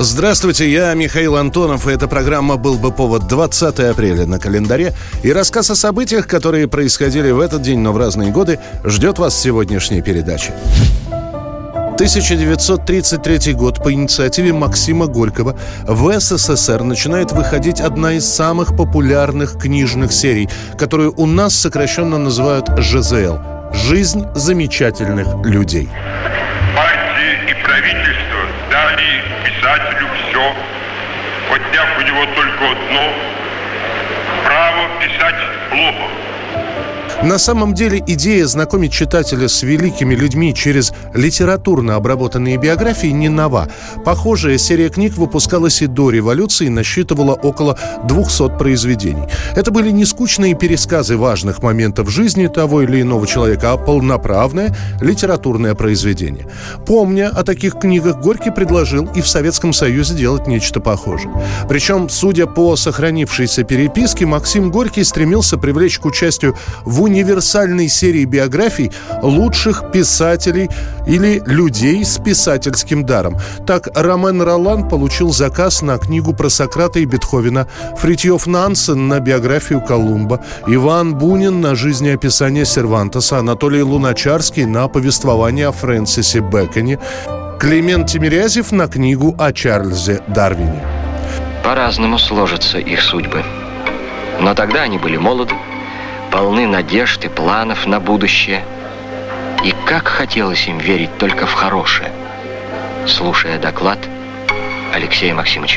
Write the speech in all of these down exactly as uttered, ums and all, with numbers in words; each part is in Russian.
Здравствуйте, я Михаил Антонов, и эта программа «Был бы повод» двадцатое апреля на календаре. И рассказ о событиях, которые происходили в этот день, но в разные годы, ждет вас в сегодняшней передаче. тысяча девятьсот тридцать третий год. По инициативе Максима Горького в СССР начинает выходить одна из самых популярных книжных серий, которую у нас сокращенно называют ЖЗЛ – «Жизнь замечательных людей». Партии и правительство дали писателю все, отняв у него только одно – право писать плохо. На самом деле идея знакомить читателя с великими людьми через литературно обработанные биографии не нова. Похожая серия книг выпускалась и до революции и насчитывала около двухсот произведений. Это были не скучные пересказы важных моментов жизни того или иного человека, а полноправное литературное произведение. Помня о таких книгах, Горький предложил и в Советском Союзе делать нечто похожее. Причем, судя по сохранившейся переписке, Максим Горький стремился привлечь к участию в универсальной серии биографий лучших писателей или людей с писательским даром. Так, Ромен Ролан получил заказ на книгу про Сократа и Бетховена, Фритьёф Нансен на биографию Колумба, Иван Бунин на жизнеописание Сервантеса, Анатолий Луначарский на повествование о Фрэнсисе Бэконе, Климент Тимирязев на книгу о Чарльзе Дарвине. По-разному сложатся их судьбы. Но тогда они были молоды, полны надежд и планов на будущее. И как хотелось им верить только в хорошее. Слушая доклад Алексея Максимовича.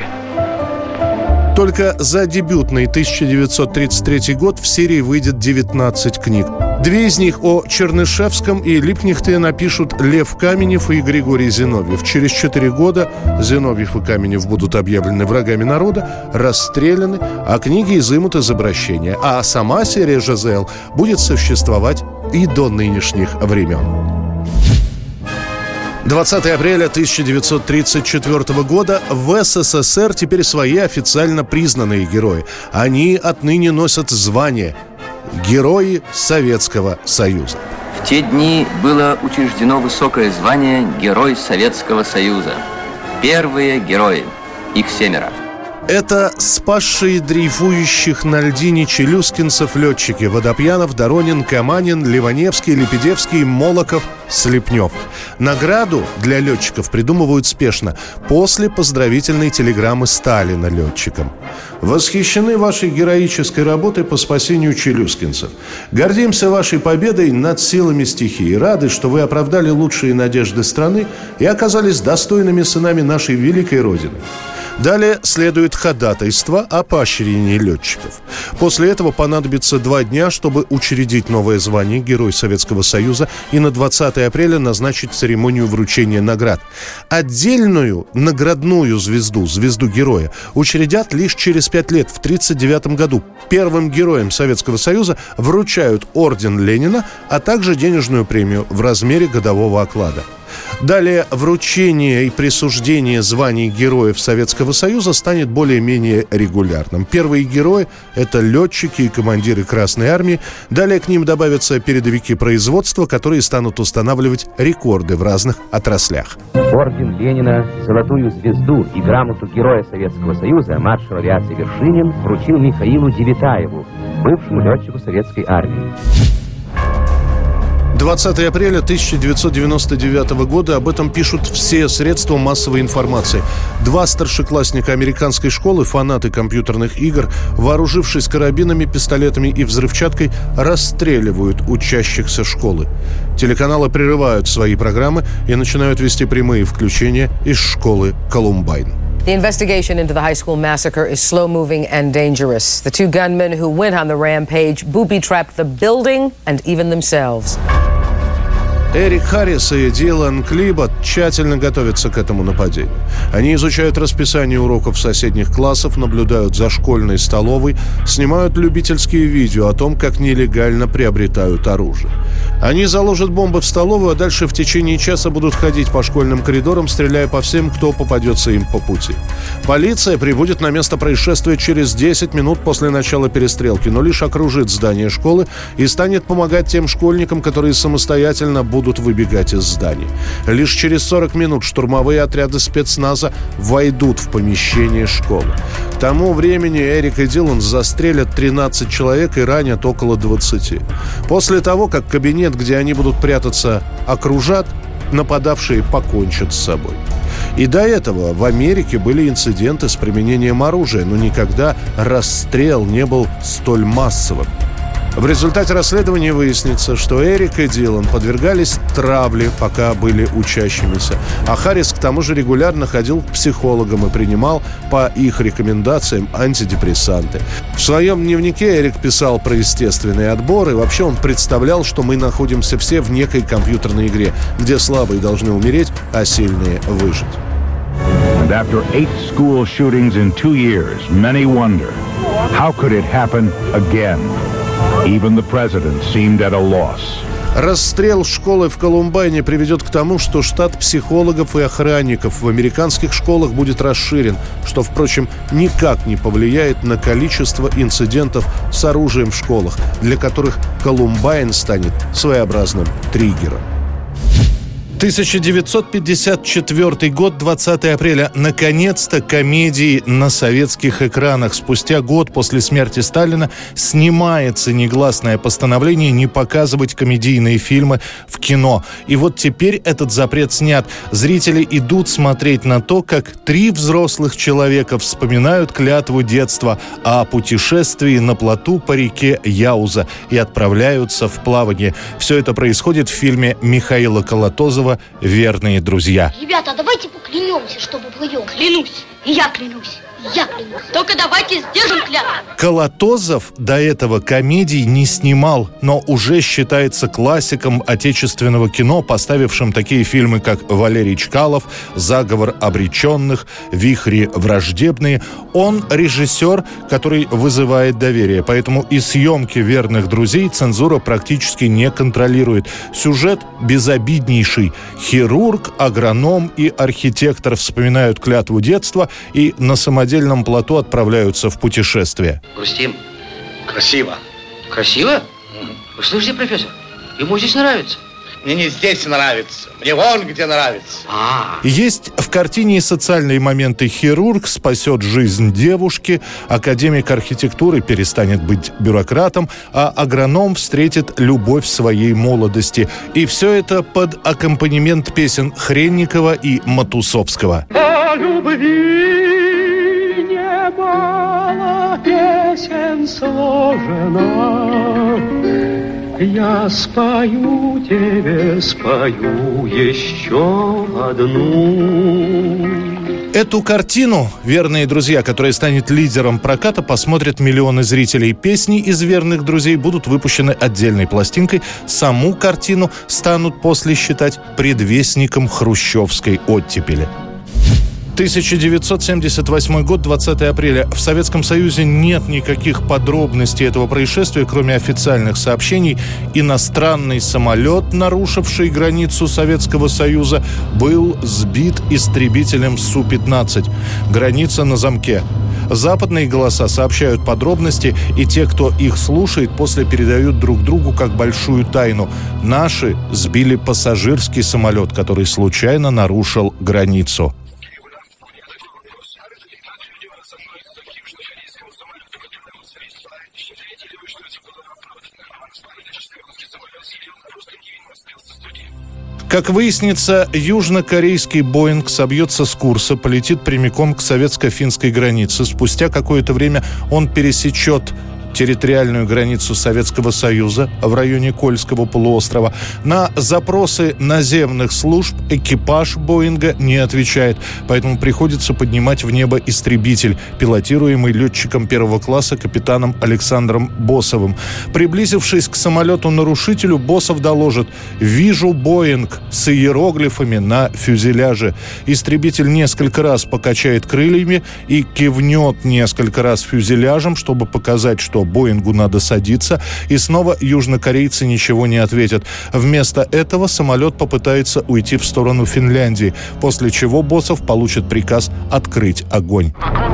Только за дебютный тысяча девятьсот тридцать третий год в серии выйдет девятнадцать книг. Две из них о Чернышевском и Липкнехте напишут Лев Каменев и Григорий Зиновьев. Через четыре года Зиновьев и Каменев будут объявлены врагами народа, расстреляны, а книги изымут из обращения. А сама серия ЖЗЛ будет существовать и до нынешних времен. двадцатое апреля тысяча девятьсот тридцать четвёртого года в СССР теперь свои официально признанные герои. Они отныне носят звание «Герои Советского Союза». В те дни было учреждено высокое звание «Герой Советского Союза». Первые герои, их семеро. Это спасшие дрейфующих на льдине челюскинцев летчики Водопьянов, Доронин, Каманин, Ливаневский, Лепедевский, Молоков, Слепнев. Награду для летчиков придумывают спешно, после поздравительной телеграммы Сталина летчикам. Восхищены вашей героической работой по спасению челюскинцев. Гордимся вашей победой над силами стихии. Рады, что вы оправдали лучшие надежды страны и оказались достойными сынами нашей великой Родины. Далее следует ходатайство о поощрении летчиков. После этого понадобится два дня, чтобы учредить новое звание Герой Советского Союза и на двадцатое апреля назначить церемонию вручения наград. Отдельную наградную звезду, звезду Героя, учредят лишь через пять лет, в тридцать девятом году. Первым героям Советского Союза вручают орден Ленина, а также денежную премию в размере годового оклада. Далее вручение и присуждение званий Героев Советского Союза станет более-менее регулярным. Первые герои – это летчики и командиры Красной Армии. Далее к ним добавятся передовики производства, которые станут устанавливать рекорды в разных отраслях. Орден Ленина, золотую звезду и грамоту Героя Советского Союза маршал авиации Вершинин вручил Михаилу Девятаеву, бывшему летчику Советской Армии. двадцатое апреля тысяча девятьсот девяносто девятого года. Об этом пишут все средства массовой информации. Два старшеклассника американской школы, фанаты компьютерных игр, вооружившись карабинами, пистолетами и взрывчаткой, расстреливают учащихся школы. Телеканалы прерывают свои программы и начинают вести прямые включения из школы Колумбайн. The investigation into the high school massacre is slow-moving and dangerous. The two gunmen who went on the rampage booby-trapped the building and even themselves. Эрик Харрис и Дилан Клибот тщательно готовятся к этому нападению. Они изучают расписание уроков соседних классов, наблюдают за школьной столовой, снимают любительские видео о том, как нелегально приобретают оружие. Они заложат бомбы в столовую, а дальше в течение часа будут ходить по школьным коридорам, стреляя по всем, кто попадется им по пути. Полиция прибудет на место происшествия через десять минут после начала перестрелки, но лишь окружит здание школы и станет помогать тем школьникам, которые самостоятельно будут выбегать из здания. Лишь через сорок минут штурмовые отряды спецназа войдут в помещение школы. К тому времени Эрик и Дилан застрелят тринадцать человек и ранят около двадцати. После того, как кабинет, где они будут прятаться, окружат, нападавшие покончат с собой. И до этого в Америке были инциденты с применением оружия, но никогда расстрел не был столь массовым. В результате расследования выяснится, что Эрик и Дилан подвергались травле, пока были учащимися, а Харрис к тому же регулярно ходил к психологам и принимал по их рекомендациям антидепрессанты. В своем дневнике Эрик писал про естественный отбор, и вообще он представлял, что мы находимся все в некой компьютерной игре, где слабые должны умереть, а сильные выжить. And after eight school shootings in two years, many wonder, how could it happen again? Even the president seemed at a loss. Расстрел школы в Колумбайне приведет к тому, что штат психологов и охранников в американских школах будет расширен, что, впрочем, никак не повлияет на количество инцидентов с оружием в школах, для которых Колумбайн станет своеобразным триггером. тысяча девятьсот пятьдесят четвёртый год, двадцатое апреля. Наконец-то комедии на советских экранах. Спустя год после смерти Сталина снимается негласное постановление не показывать комедийные фильмы в кино. И вот теперь этот запрет снят. Зрители идут смотреть на то, как три взрослых человека вспоминают клятву детства о путешествии на плоту по реке Яуза и отправляются в плавание. Все это происходит в фильме Михаила Колотозова «Верные друзья». Ребята, давайте поклянемся, что мы плывем. Клянусь. И я клянусь. Я клянусь. Только давайте сдержим клятву. Колотозов до этого комедий не снимал, но уже считается классиком отечественного кино, поставившим такие фильмы, как «Валерий Чкалов», «Заговор обреченных», «Вихри враждебные». Он режиссер, который вызывает доверие, поэтому и съемки «Верных друзей» цензура практически не контролирует. Сюжет безобиднейший. Хирург, агроном и архитектор вспоминают клятву детства и на самоделе на плоту отправляются в путешествие. Грустим. Красиво. Красиво? Вы слышите, профессор? Ему здесь нравится. Мне не здесь нравится. Мне вон где нравится. А. Есть в картине и социальные моменты. Хирург спасет жизнь девушки, академик архитектуры перестанет быть бюрократом, а агроном встретит любовь своей молодости. И все это под аккомпанемент песен Хренникова и Матусовского. О любви немало песен сложено, я спою тебе, спою еще одну. Эту картину «Верные друзья», которая станет лидером проката, посмотрят миллионы зрителей. Песни из «Верных друзей» будут выпущены отдельной пластинкой. Саму картину станут после считать предвестником хрущевской оттепели. тысяча девятьсот семьдесят восьмой год, двадцатое апреля. В Советском Союзе нет никаких подробностей этого происшествия, кроме официальных сообщений. Иностранный самолет, нарушивший границу Советского Союза, был сбит истребителем Су пятнадцать. Граница на замке. Западные голоса сообщают подробности, и те, кто их слушает, после передают друг другу как большую тайну. Наши сбили пассажирский самолет, который случайно нарушил границу. Как выяснится, южнокорейский «Боинг» собьется с курса, полетит прямиком к советско-финской границе. Спустя какое-то время он пересечет территориальную границу Советского Союза в районе Кольского полуострова. На запросы наземных служб экипаж «Боинга» не отвечает, поэтому приходится поднимать в небо истребитель, пилотируемый летчиком первого класса капитаном Александром Босовым. Приблизившись к самолету-нарушителю, Босов доложит: «Вижу «Боинг» с иероглифами на фюзеляже». Истребитель несколько раз покачает крыльями и кивнет несколько раз фюзеляжем, чтобы показать, что Боингу надо садиться, и снова южнокорейцы ничего не ответят. Вместо этого самолет попытается уйти в сторону Финляндии, после чего Босов получит приказ открыть огонь.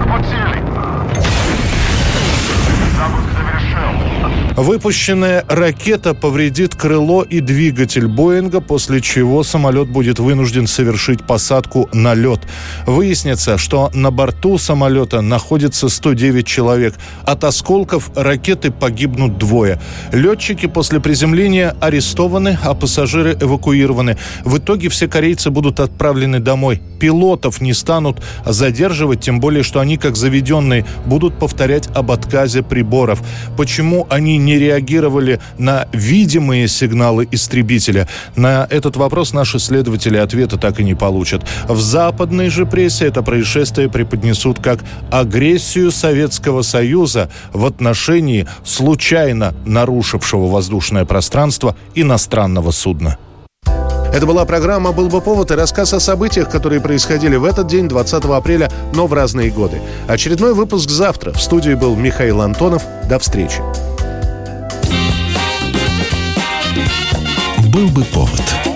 Выпущенная ракета повредит крыло и двигатель Боинга, после чего самолет будет вынужден совершить посадку на лед. Выяснится, что на борту самолета находится сто девять человек. От осколков ракеты погибнут двое. Летчики после приземления арестованы, а пассажиры эвакуированы. В итоге все корейцы будут отправлены домой. Пилотов не станут задерживать, тем более, что они, как заведенные, будут повторять об отказе приборов. Почему они не реагировали на видимые сигналы истребителя? На этот вопрос наши следователи ответа так и не получат. В западной же прессе это происшествие преподнесут как агрессию Советского Союза в отношении случайно нарушившего воздушное пространство иностранного судна. Это была программа «Был бы повод» и рассказ о событиях, которые происходили в этот день, двадцатого апреля, но в разные годы. Очередной выпуск завтра. В студии был Михаил Антонов. До встречи. «Был бы повод».